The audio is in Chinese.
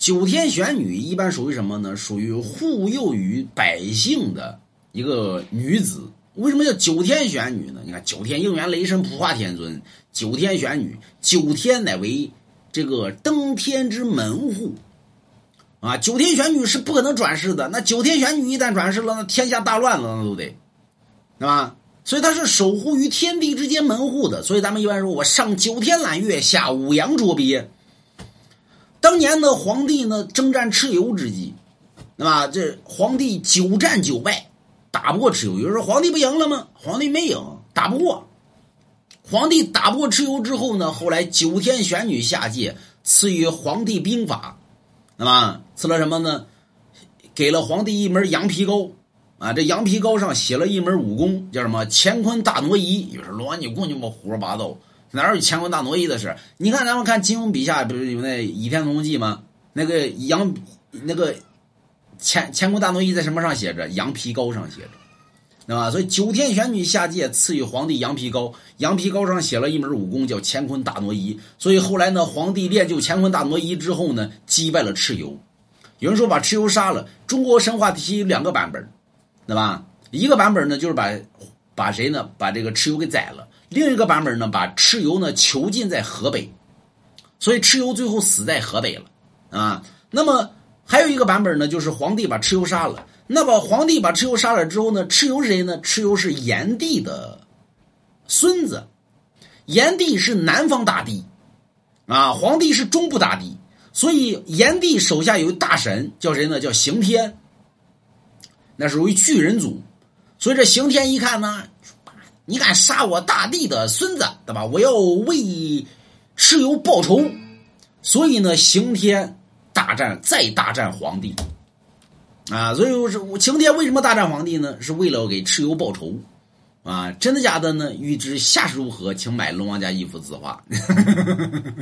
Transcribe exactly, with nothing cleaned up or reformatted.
九天玄女一般属于什么呢？属于护佑于百姓的一个女子。为什么叫九天玄女呢？你看九天应元雷神普化天尊，九天玄女，九天乃为这个登天之门户啊。九天玄女是不可能转世的，那九天玄女一旦转世了，那天下大乱了，那都得，对吧？所以她是守护于天地之间门户的。所以咱们一般说，我上九天揽月，下五洋捉鳖。当年呢，皇帝呢征战蚩尤之际，对吧？这皇帝九战九败，打不过蚩尤。有人说皇帝不赢了吗？皇帝没赢，打不过。皇帝打不过蚩尤之后呢，后来九天玄女下界，赐予皇帝兵法，那么赐了什么呢？给了皇帝一门羊皮膏啊，这羊皮膏上写了一门武功，叫什么乾坤大挪移。有人说罗你公你们胡说八道，哪有乾坤大挪移的事？你看咱们看金庸笔下不是有那《倚天屠龙记》吗？那个羊那个乾乾坤大挪移在什么上写着？羊皮膏上写着，对吧？所以九天玄女下界赐予皇帝羊皮膏，羊皮膏上写了一门武功叫乾坤大挪移。所以后来呢，皇帝练就乾坤大挪移之后呢，击败了蚩尤。有人说把蚩尤杀了。中国神话体系有两个版本，对吧？一个版本呢就是把把谁呢？把这个蚩尤给宰了。另一个版本呢，把蚩尤呢囚禁在河北，所以蚩尤最后死在河北了啊。那么还有一个版本呢，就是皇帝把蚩尤杀了。那么皇帝把蚩尤杀了之后呢，蚩尤是谁呢？蚩尤是炎帝的孙子，炎帝是南方大帝啊，皇帝是中部大帝，所以炎帝手下有大神叫谁呢？叫刑天，那属于巨人族。所以这刑天一看呢，你敢杀我大帝的孙子，对吧？我要为蚩尤报仇。所以呢，刑天大战再大战皇帝啊。所以是刑天为什么大战皇帝呢？是为了给蚩尤报仇啊。真的假的呢？欲知下士如何，请买龙王家一幅字画